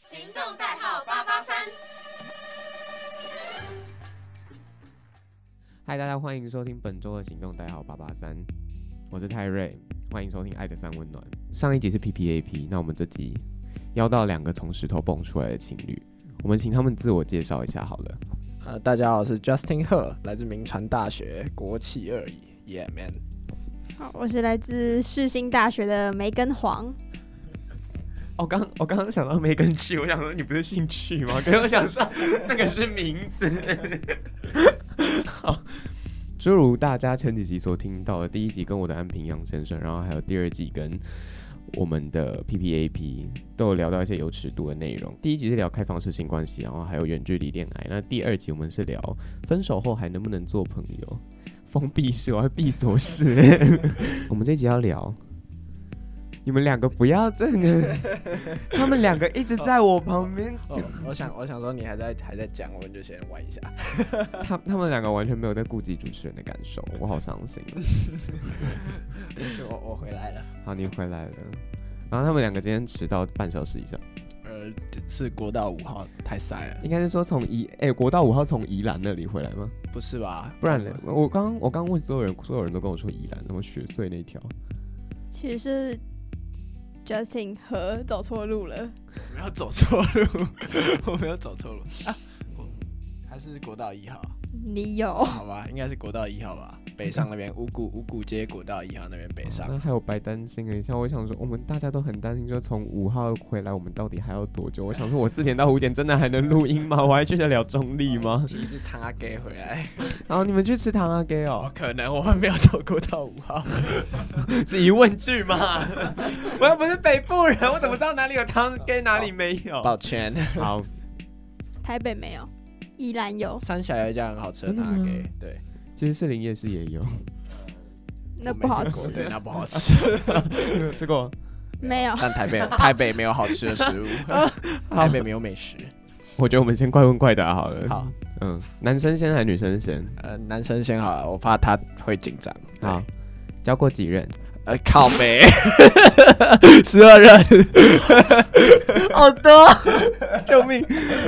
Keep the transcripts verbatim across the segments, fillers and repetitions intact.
行动代号八八三。 嗨，大家欢迎收听本周的行动代号八八三，我是泰瑞，欢迎收听爱的三温暖。上一集是 P P A P， 那我们这集邀到两个从石头蹦出来的情侣，我们请他们自我介绍一下好了。 呃，大家好，我是 Justin He， 来自铭传大学国企二乙 ，Yeah man。 好，我是来自世新大学的梅根黄。 我刚我刚刚想到梅根去，我想说你不是姓去吗？可是我想说那个是名字。好，诸如大家前几集所听到的，第一集跟我的安平洋先生，然后还有第二集跟我们的 P P A P 都有聊到一些有尺度的内容。第一集是聊开放式性关系，然后还有远距离恋爱。那第二集我们是聊分手后还能不能做朋友，封闭式，我还闭锁式。我们这集要聊。你们两个不要这个，他们两个一直在我旁边。 哦，我想，我想说你还在还在讲，我们就先玩一下。 他他们两个完全没有在顾及主持人的感受，我好伤心。 我我回来了。 好，你回来了。然后他们两个今天迟到半小时以上。 呃，是国道五号太塞了。 应该是说从宜哎、欸、国道五号从宜兰那里回来吗？ 不是吧？ 不然呢？我刚我刚问所有人，所有人都跟我说宜兰，那么雪隧那条。 其实是 Justin 和走错路了。 我没有走错路，我没有走错路啊！还是国道一号？ 你有？ 好吧，应该是国道一号吧。北上那边五股五股街国道一号那边北上。 哦、那还有白担心了一下，我想说，我们大家都很担心，就从五号回来，我们到底还要多久？我想说，我四点到五点真的还能录音吗？我还去得了中立吗？ 提着糖阿给回来。 然后你们去吃糖阿给哦？ 可能我们没有走国道五号， 是疑问句吗？我又不是北部人，我怎么知道哪里有糖阿给，哪里没有？ 抱歉。 好， 台北没有，宜兰有。 三峡有一家很好吃的糖阿给，对。 其实士林夜市也有， 那不好吃。 对，那不好吃。 你有吃过？ 没有。 但台北台北没有好吃的食物，台北没有美食。 我觉得我们先快问快答好了。 好， 嗯，男生先还是女生先？ 呃，男生先好了，我怕他会紧张。 好，交过几任？ 呃，靠北，十二任， 好多，救命！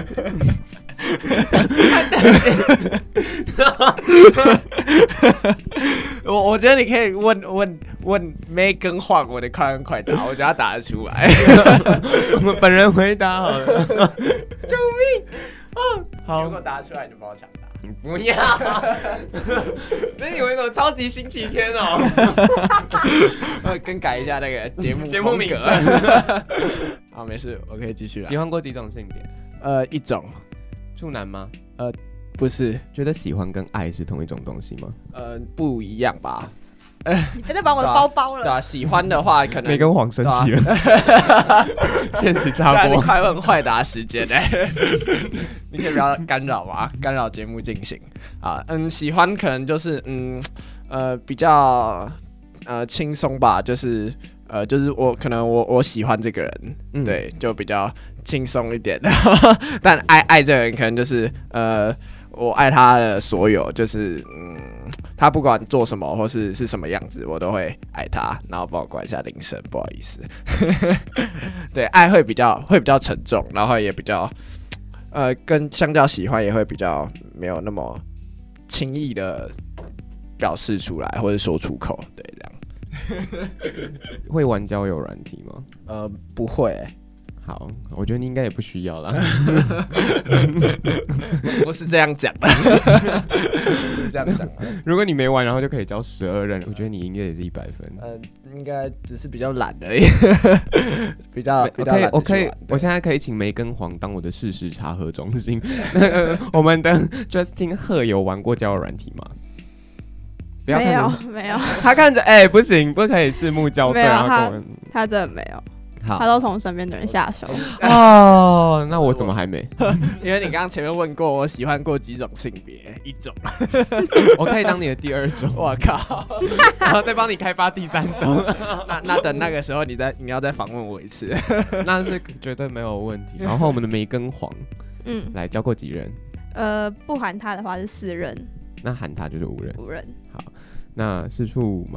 我我觉得你可以问问问没跟晃我的快问快答，我觉得他答得出来。 我们本人回答好了。救命！哦，好， 如果答出来你就帮我抢答。 不要！那你为什么超级星期天哦？ 更改一下那个节目节目名称。 好，没事，我可以继续了。 喜欢过几种性别？ 呃，一种。 处男吗？ 呃，不是。 觉得喜欢跟爱是同一种东西吗？ 呃，不一样吧。 你别再把我的包包了。 对啊，喜欢的话可能。 没跟黄生气了。现实插播。 快问快答时间哎，你可以不要干扰吗？干扰节目进行啊。嗯，喜欢可能就是嗯呃比较呃轻松吧，就是呃就是我可能我我喜欢这个人，嗯、对，就比较轻松一点。但爱爱这个人可能就是呃我爱他的所有，就是嗯。他不管做什么或是是什么样子，我都会爱他，然后帮我关一下铃声，不好意思。对，爱会比较会比较沉重，然后也比较呃，跟相较喜欢也会比较没有那么轻易的表示出来或者说出口，对，这样。 会玩交友软体吗？ 呃，不会、欸。 好，我觉得你应该也不需要啦。 不是这样讲的，不是这样讲的。 如果你没玩，然后就可以交十二任，我觉得你应该也是一百分。 呃，应该只是比较懒而已，比较比较懒。 我可以，我现在可以请梅根黄当我的事实查核中心。那个我们的 Justin 贺有玩过交友软体吗？不要看没有，没有。 他看着，哎、欸，不行，不可以四目交对，然后跟我们。 他真的没有。他都从身边的人下手。 哦，那我怎么还没？ 因为你刚刚前面问过我喜欢过几种性别，一种。 我可以当你的第二种。 我靠！ 然后再帮你开发第三种。 那那等那个时候你再你要再访问我一次， 那是绝对没有问题。然后我们的梅根黄，嗯，来交过几任？ 呃，不含他的话是四任。 那含他就是五任。 五任。 好，那是处吗？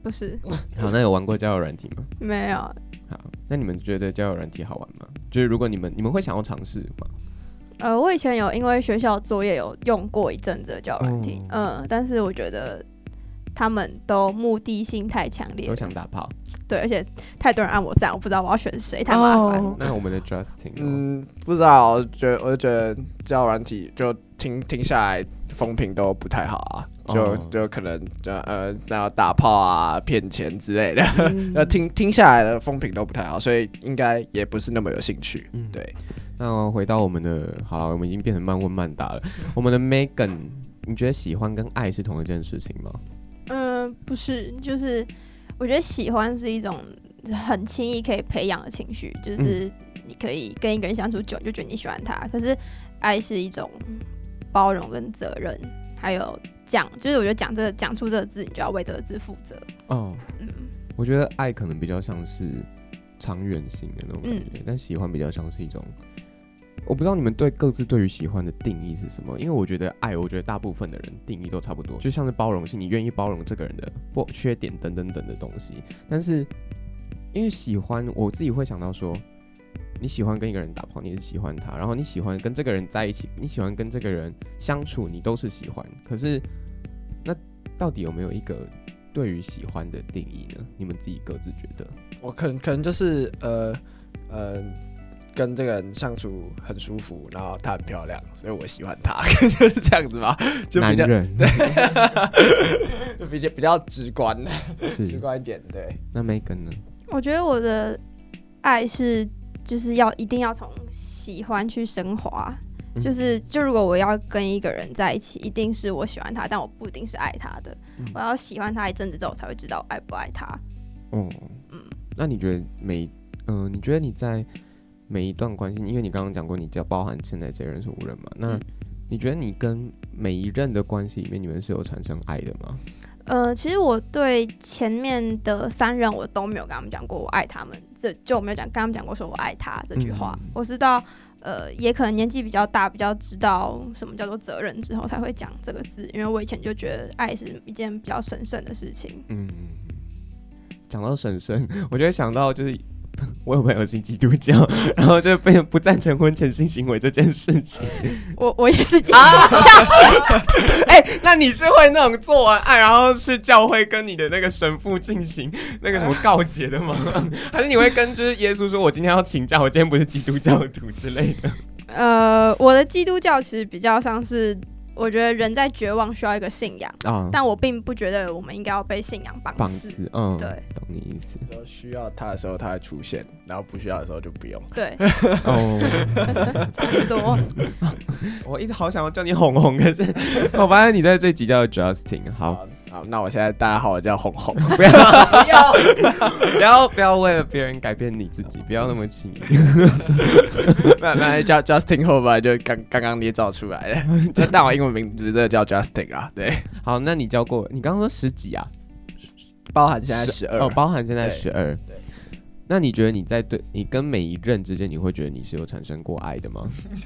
不是， 好，那有玩过交友软体吗？ 没有。 好，那你们觉得交友软体好玩吗？就是如果你们你们会想要尝试吗？ 呃，我以前有因为学校作业有用过一阵子的交友软体，嗯、呃，但是我觉得他们都目的性太强烈了， 都想打炮。 对，而且太多人按我赞，我不知道我要选谁，太麻烦。 那我们的 Justin， 嗯，不知道，我觉得我就觉得交友软体就听听下来风评都不太好啊，就、哦、就可能就呃那打炮啊、骗钱之类的，那、嗯、听听下来的风评都不太好，所以应该也不是那么有兴趣。嗯，对。 那回到我们的，好了，我们已经变成慢问慢答了。我们的 Megan， 你觉得喜欢跟爱是同一件事情吗？ 嗯、呃，不是，就是我觉得喜欢是一种很轻易可以培养的情绪，就是你可以跟一个人相处久，你就觉得你喜欢他。可是爱是一种包容跟责任，还有讲，就是我觉得讲这个讲出这个字，你就要为这个字负责。哦， 嗯，我觉得爱可能比较像是长远性的那种感觉，嗯、但喜欢比较像是一种。我不知道你们对各自对于喜欢的定义是什么，因为我觉得爱，我觉得大部分的人定义都差不多，就像是包容性，你愿意包容这个人的不缺点等等等的东西。但是因为喜欢，我自己会想到说，你喜欢跟一个人打炮，你是喜欢他，然后你喜欢跟这个人在一起，你喜欢跟这个人相处，你都是喜欢。可是那到底有没有一个对于喜欢的定义呢？你们自己各自觉得？ 我可能可能就是呃呃。跟这个人相处很舒服，然后她很漂亮，所以我喜欢她，就是这样子嘛，就比较男人， 对，就比较比较直观，直观一点，对。 那 Megan 呢？ 我觉得我的爱是就是要一定要从喜欢去升华，嗯、就是就如果我要跟一个人在一起，一定是我喜欢他，但我不一定是爱他的，嗯、我要喜欢他一阵子之后，我才会知道我爱不爱他。 哦，嗯，那你觉得每嗯、呃，你觉得你在每一段关系，因为你刚刚讲过，你只要包含现在这任是五任嘛？那你觉得你跟每一任的关系里面，你们是有产生爱的吗？ 呃，其实我对前面的三任我都没有跟他们讲过我爱他们，这就我没有讲跟他们讲过说我爱他这句话。嗯、我知道，呃，也可能年纪比较大，比较知道什么叫做责任之后才会讲这个字，因为我以前就觉得爱是一件比较神圣的事情。嗯， 讲到神圣，我就会想到就是。我有朋友信基督教，然后就被不赞成婚前性行为这件事情。 我我也是基督教。 哎、欸，那你是会那种做完爱，然后去教会跟你的那个神父进行那个什么告解的吗？还是你会跟就是耶稣说，我今天要请假，我今天不是基督教徒之类的？ 呃，我的基督教其实比较像是。我觉得人在绝望需要一个信仰，啊、但我并不觉得我们应该要被信仰绑死。 嗯， 对， 懂你意思。 说需要他的时候他会出现，然后不需要的时候就不用。 对， 哦， 差不多。 我一直好想要叫你红红，可是我发现你在这集叫 Justin。好。 好，那我现在大家好，我叫红红， 不要不要不要不要为了别人改变你自己，不要那么轻易。 那那叫 Justin 后吧，就刚刚刚捏造出来的，但我英文名字真的叫 Justin 啊。对， 好，那你教过，你刚刚说十几啊？ 包含现在十二哦，包含现在十二。对。那你觉得你在对你跟每一任之间，你会觉得你是有产生过爱的吗？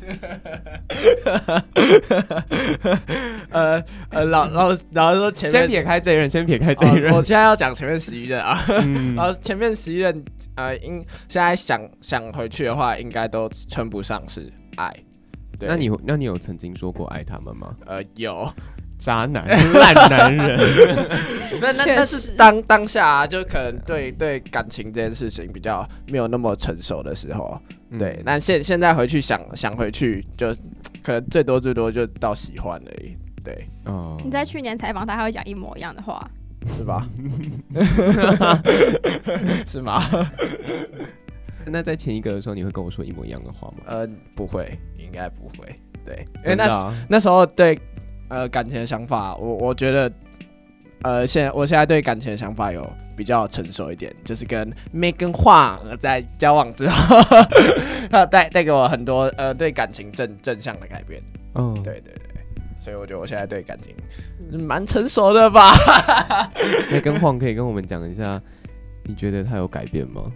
呃呃，老老老实说前面， 先撇开这一任，先撇开这一任、 哦。我现在要讲前面十一任啊，嗯、然后前面十一任，呃，应现在想想回去的话，应该都称不上是爱。对， 那你那你有曾经说过爱他们吗？ 呃，有。 渣男、烂男人， 那那那是当当下、啊、就可能对对感情这件事情比较没有那么成熟的时候，嗯、对。那现现在回去想想回去，就可能最多最多就到喜欢而已，对。 哦。你在去年采访他，他会讲一模一样的话， 是吧？是吗？ 那在前一个的时候，你会跟我说一模一样的话吗？ 呃，不会，应该不会，对，因为那、啊、那时候对。呃，感情的想法，我我觉得，呃，现在我现在对感情的想法有比较成熟一点，就是跟 Megan Huang 在交往之后，他带带给我很多呃对感情正正向的改变。嗯，对对对，所以我觉得我现在对感情蛮成熟的吧。 Megan Huang 可以跟我们讲一下，你觉得他有改变吗？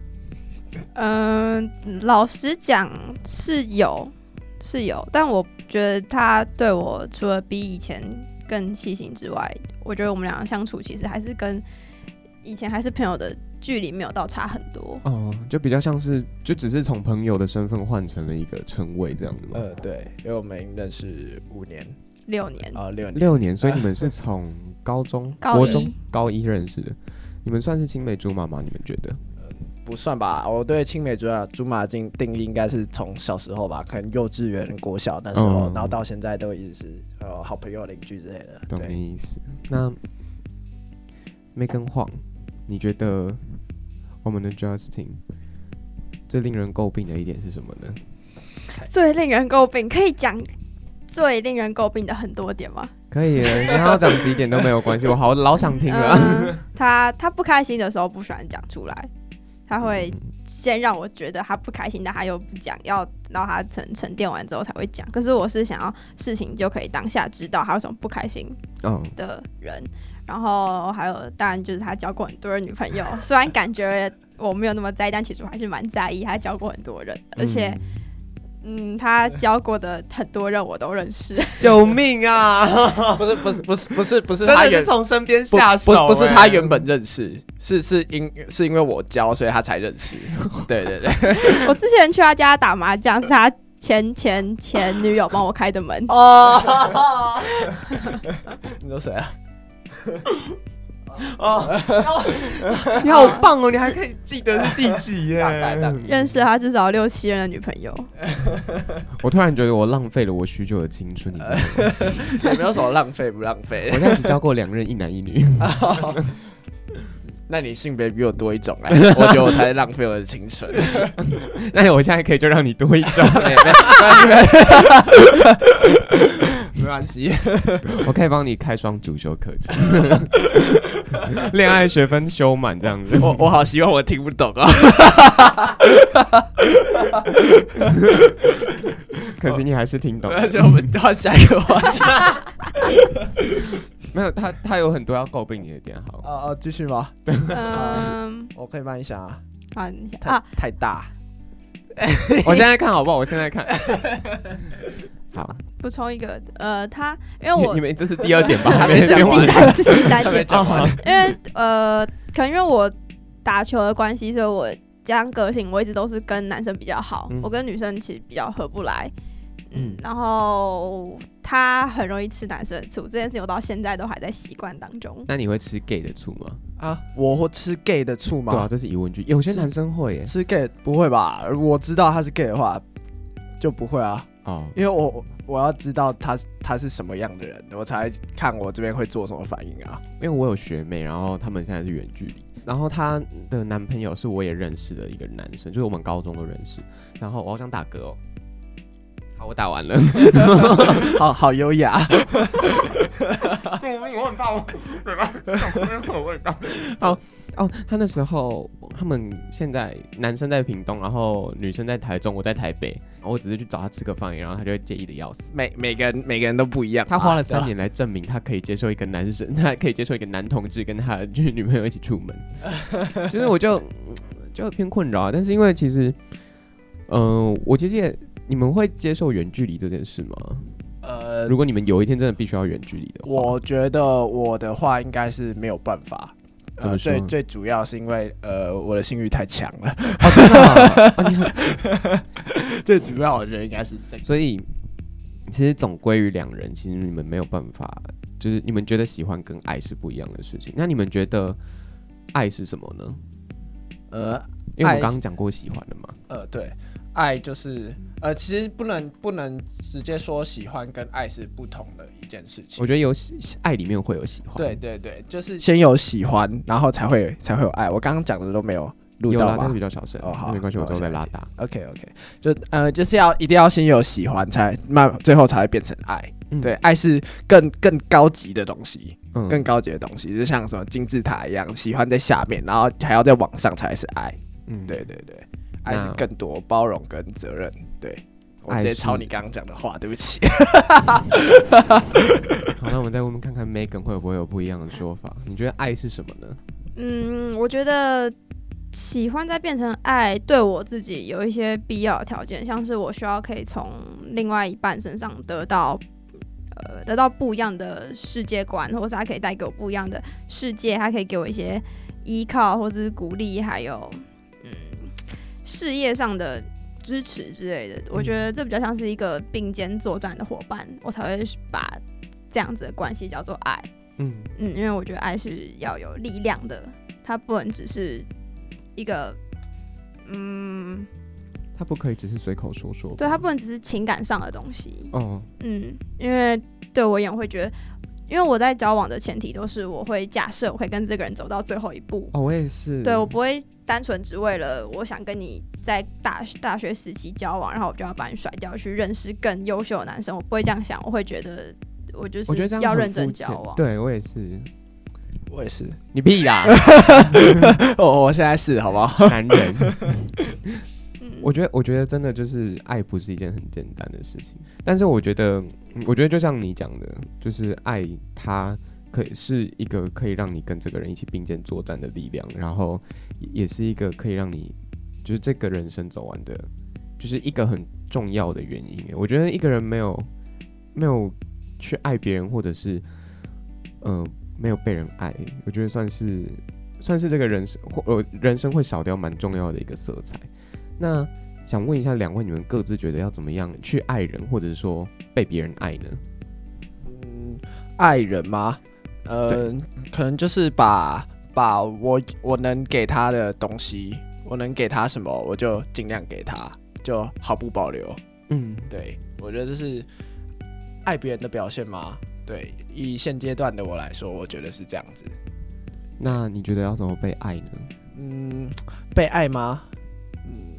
嗯、呃，老实讲是有。是有，但我觉得他对我除了比以前更细心之外，我觉得我们两个相处其实还是跟以前还是朋友的距离没有到差很多。 哦，就比较像是就只是从朋友的身份换成了一个称谓这样子吗？ 呃，对，因为我们认识五年六年啊、呃，六年， 六年，所以你们是从高中、 高国中一、 高一认识的，你们算是青梅竹马吗？你们觉得？ 不算吧，我对青梅竹马竹马定定义应该是从小时候吧，可能幼稚园、国小那时候， 嗯、 然后到现在都一直是呃好朋友、邻居之类的。 懂你意思。那 Megan Huang， 你觉得我们的 Justin 最令人诟病的一点是什么呢？ 最令人诟病，可以讲最令人诟病的很多点吗？ 可以，你要讲几点都没有关系，我好老想听了。 嗯、他他不开心的时候不喜欢讲出来，他会先让我觉得他不开心，但他又不讲，要让他沉沉淀完之后才会讲。可是我是想要事情就可以当下知道他有什么不开心的人。嗯、然后还有当然就是他交过很多人女朋友，虽然感觉我没有那么在意，但其实我还是蛮在意他交过很多人，而且。嗯嗯，他教过的很多人我都认识。 救命啊！ 不是不是不是不是不是， 真的是从身边下手、欸。 不不是他原本认识，是是因是因为我教，所以他才认识。对对对。 我之前去他家打麻将，是他前前前女友帮我开的门。 哦。你说谁啊？ 哦，你好棒哦！你还可以记得是第几耶？ 认识他至少六七任的女朋友。 我突然觉得我浪费了我许久的青春，你知道吗？ 也没有什么浪费不浪费。 我现在只交过两任，一男一女。 那你性别比我多一种哎，我觉得我才浪费我的青春。 那我现在可以就让你多一种。 没关系， 我可以帮你开双主修课程，恋爱学分修满这样子。 我我好希望我听不懂啊。 可惜你还是听懂。 而且我们换下一个话题。 没有，他他有很多要诟病你的点，好。 哦哦，继续吗？嗯，我可以帮你想啊。 好，你想太啊， 太大。 我现在看好不好？我现在看。好， 补充一个，呃，他因为我你们这是第二点吧？ 还没讲完， 第三第三点， 讲完。 因为呃，可能因为我打球的关系，所以我加上个性，我一直都是跟男生比较好，嗯、我跟女生其实比较合不来。嗯，然后他很容易吃男生的醋，这件事情我到现在都还在习惯当中。 那你会吃 gay 的醋吗？ 啊，我会吃 gay 的醋吗？ 对啊，这是疑问句。有些男生会耶， 吃 gay 不会吧？我知道他是 gay 的话，就不会啊。哦，因为我我要知道他他是什么样的人，我才看我这边会做什么反应啊。 因为我有学妹，然后他们现在是远距离，然后她的男朋友是我也认识的一个男生，就是我们高中都认识。然后我好想打嗝哦。好，我打完了。 好好优雅。 救命！我很怕我嘴巴有味道。好哦，他那时候他们现在男生在屏东，然后女生在台中，我在台北，然后我只是去找他吃个饭，然后他就会介意的要死。 每每个人每个人都不一样。 他花了三年来证明他可以接受一个男生，他可以接受一个男同志跟他的女朋友一起出门。就是我就就偏困扰啊，但是因为其实，嗯、呃，我其实也。你们会接受远距离这件事吗？呃，如果你们有一天真的必须要远距离的话， 我觉得我的话应该是没有办法。 怎么说？ 呃、最最主要是因为呃我的性欲太强了。 哦，真的啊？啊你很最主要我觉得应该是这个。 所以其实总归于两人，其实你们没有办法，就是你们觉得喜欢跟爱是不一样的事情。那你们觉得爱是什么呢？呃，因为我刚刚讲过喜欢的嘛。 呃，对。爱就是呃，其实不能不能直接说喜欢跟爱是不同的一件事情。 我觉得有爱里面会有喜欢。 对对对，就是先有喜欢，然后才会才会有爱。我刚刚讲的都没有录到吗？ 有啦，但是比较小声。哦，好，没关系，我都在拉大。 OK OK， 就呃就是要一定要先有喜欢，才慢最后才会变成爱。嗯、对，爱是更更高级的东西，嗯、更高级的东西，就像什么金字塔一样，喜欢在下面，然后还要在往上才是爱。嗯，对对对。爱是更多包容跟责任，对，我直接抄你刚刚讲的话，对不起。 好，那我们再问问看看 Megan 会不会有不一样的说法？你觉得爱是什么呢？ 嗯，我觉得喜欢再变成爱，对我自己有一些必要的条件，像是我需要可以从另外一半身上得到。呃，得到不一样的世界观，或是他可以带给我不一样的世界，他可以给我一些依靠或者是鼓励，还有嗯事业上的支持之类的。我觉得这比较像是一个并肩作战的伙伴，我才会把这样子的关系叫做爱。嗯嗯，因为我觉得爱是要有力量的，它不能只是一个嗯， 它不可以只是随口说说， 对，它不能只是情感上的东西。 哦， 嗯，因为对我而言，我会觉得。因为我在交往的前提都是我会假设我可以跟这个人走到最后一步。 哦，我也是。 对，我不会单纯只为了我想跟你在大大学时期交往，然后我就要把你甩掉去认识更优秀的男生。我不会这样想，我会觉得我就是要认真交往。 对我也是， 我也是。 你屁啦！ 我我现在是好不好？ 男人。我觉得，我觉得真的就是爱不是一件很简单的事情，但是我觉得，我觉得就像你讲的，就是爱它可以是一个可以让你跟这个人一起并肩作战的力量，然后也是一个可以让你就是这个人生走完的，就是一个很重要的原因。我觉得一个人没有没有去爱别人，或者是嗯、呃、没有被人爱，我觉得算是算是这个人生或呃人生会少掉蛮重要的一个色彩。那想问一下两位，你们各自觉得要怎么样去爱人，或者是说被别人爱呢？ 嗯，爱人吗？呃，可能就是把把我我能给他的东西，我能给他什么，我就尽量给他，就毫不保留。嗯，对，我觉得这是爱别人的表现吗？对，以现阶段的我来说，我觉得是这样子。 那你觉得要怎么被爱呢？ 嗯，被爱吗？嗯，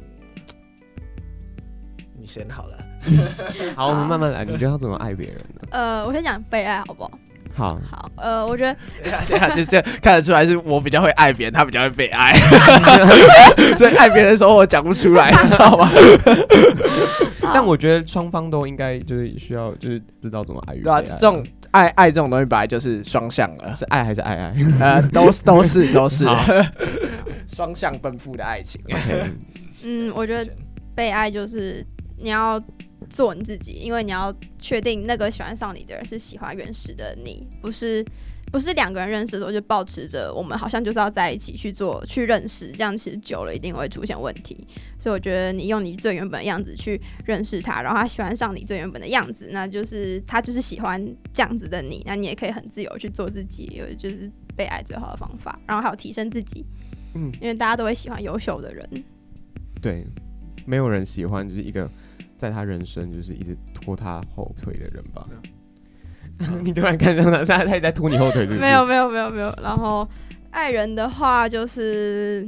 你先好了。 好，我们慢慢来。你觉得要怎么爱别人呢？ 呃，我先讲被爱好不好？ 好， 好，呃，我觉得， 等一下，等一下，就这样看得出来是我比较会爱别人，他比较会被爱，所以爱别人的时候我讲不出来，你知道吗？ 但我觉得双方都应该就是需要就是知道怎么爱与被对啊， 爱。 这种爱爱这种东西本来就是双向的， 是爱还是爱爱？ 呃，都是都是都是双向奔赴的爱情。 Okay. 嗯，我觉得被爱就是你要做你自己，因为你要确定那个喜欢上你的人是喜欢原始的你，不是不是两个人认识的时候就抱持着我们好像就是要在一起去做去认识，这样其实久了一定会出现问题。所以我觉得你用你最原本的样子去认识他，然后他喜欢上你最原本的样子，那就是他就是喜欢这样子的你，那你也可以很自由去做自己，就是被爱最好的方法。然后还有提升自己，嗯，因为大家都会喜欢优秀的人。 对，没有人喜欢就是一个在他人生就是一直拖他后腿的人吧。你突然看到他，他也在拖你后腿是不是？ 没有没有没有没有。然后爱人的话就是，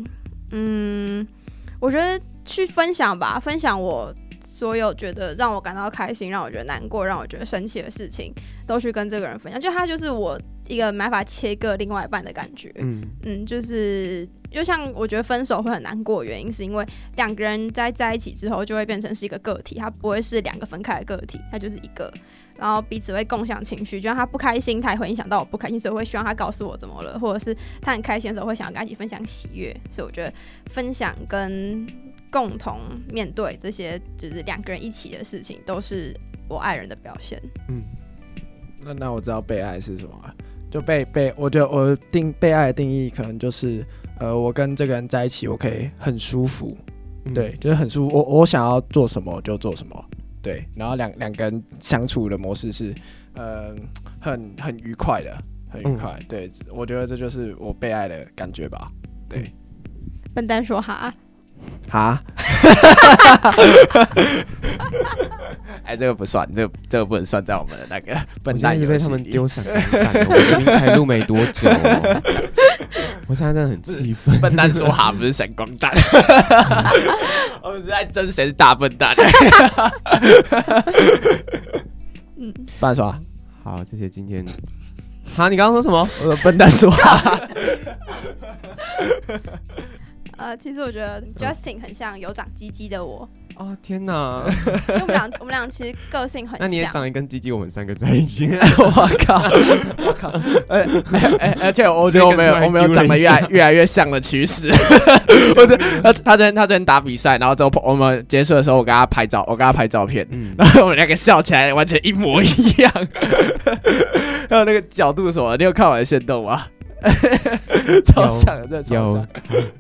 嗯，我觉得去分享吧，分享我所有觉得让我感到开心、让我觉得难过、让我觉得生气的事情，都去跟这个人分享。就他就是我一个没法切割另外一半的感觉。嗯嗯，就是就像我觉得分手会很难过的原因，是因为两个人在在一起之后就会变成是一个个体，它不会是两个分开的个体，它就是一个。然后彼此会共享情绪，就像他不开心，他也会影响到我不开心，所以我会希望他告诉我怎么了，或者是他很开心的时候，会想要跟他一起分享喜悦。所以我觉得分享跟共同面对这些就是两个人一起的事情，都是我爱人的表现。嗯， 那那我知道被爱是什么了，就被被，我觉得我定被爱的定义可能就是，呃，我跟这个人在一起，我可以很舒服，嗯、对，就是很舒服，我我想要做什么就做什么。对，然后两两个人相处的模式是，呃，很很愉快的，很愉快。嗯、对，我觉得这就是我被爱的感觉吧。对， 笨蛋说哈哈，哎，这个不算，这个这个不能算在我们的那个笨蛋游戏里。 我现在被他们丢闪光弹，我已经开录没多久了，我现在真的很气愤。 笨蛋说哈不是闪光弹。我们是在争谁是大笨蛋。 嗯， 笨蛋说好，谢谢今天。好，你刚刚说什么？ 我说笨蛋说哈。 呃，其实我觉得 Justin 很像有长鸡鸡的我。 哦天哪！ 因为我们俩我们俩其实个性很像。 那你也长一根鸡鸡，我们三个在一起。 我靠！我靠！而而而且我觉得我们有我们有长得越来越来越像的趋势。我这他他昨天他昨天打比赛，然后之后我们结束的时候，我跟他拍照，我跟他拍照片，嗯、然后我们两个笑起来完全一模一样。还有那个角度什么，你有看我的限动吗？ 超像的，真的超像。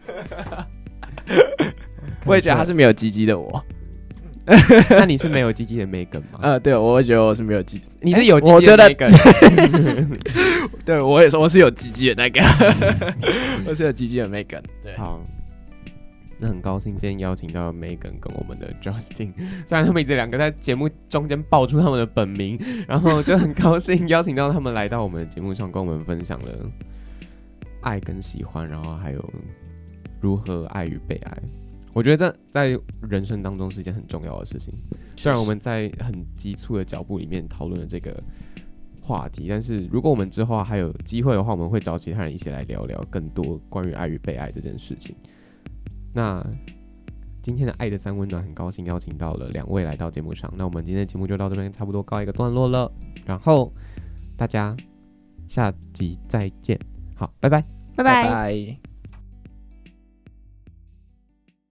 我也觉得他是没有鸡鸡的我。 那你是没有鸡鸡的 Megan 吗？ 呃，对，我会觉得我是没有鸡， 你是有鸡鸡的 Megan。 对，我也说我是有鸡鸡的那个，我是有鸡鸡的 Megan。对， 好。那很高兴今天邀请到 Megan 跟我们的 Justin， 虽然他们这两个在节目中间爆出他们的本名，然后就很高兴邀请到他们来到我们的节目上，跟我们分享了爱跟喜欢，然后还有如何爱与被爱。我觉得这在人生当中是一件很重要的事情。虽然我们在很急促的脚步里面讨论了这个话题，但是如果我们之后还有机会的话，我们会找其他人一起来聊聊更多关于爱与被爱这件事情。那今天的爱的三温暖，很高兴邀请到了两位来到节目上。那我们今天的节目就到这边差不多告一个段落了，然后大家下集再见，好，拜拜， 拜拜。 拜拜。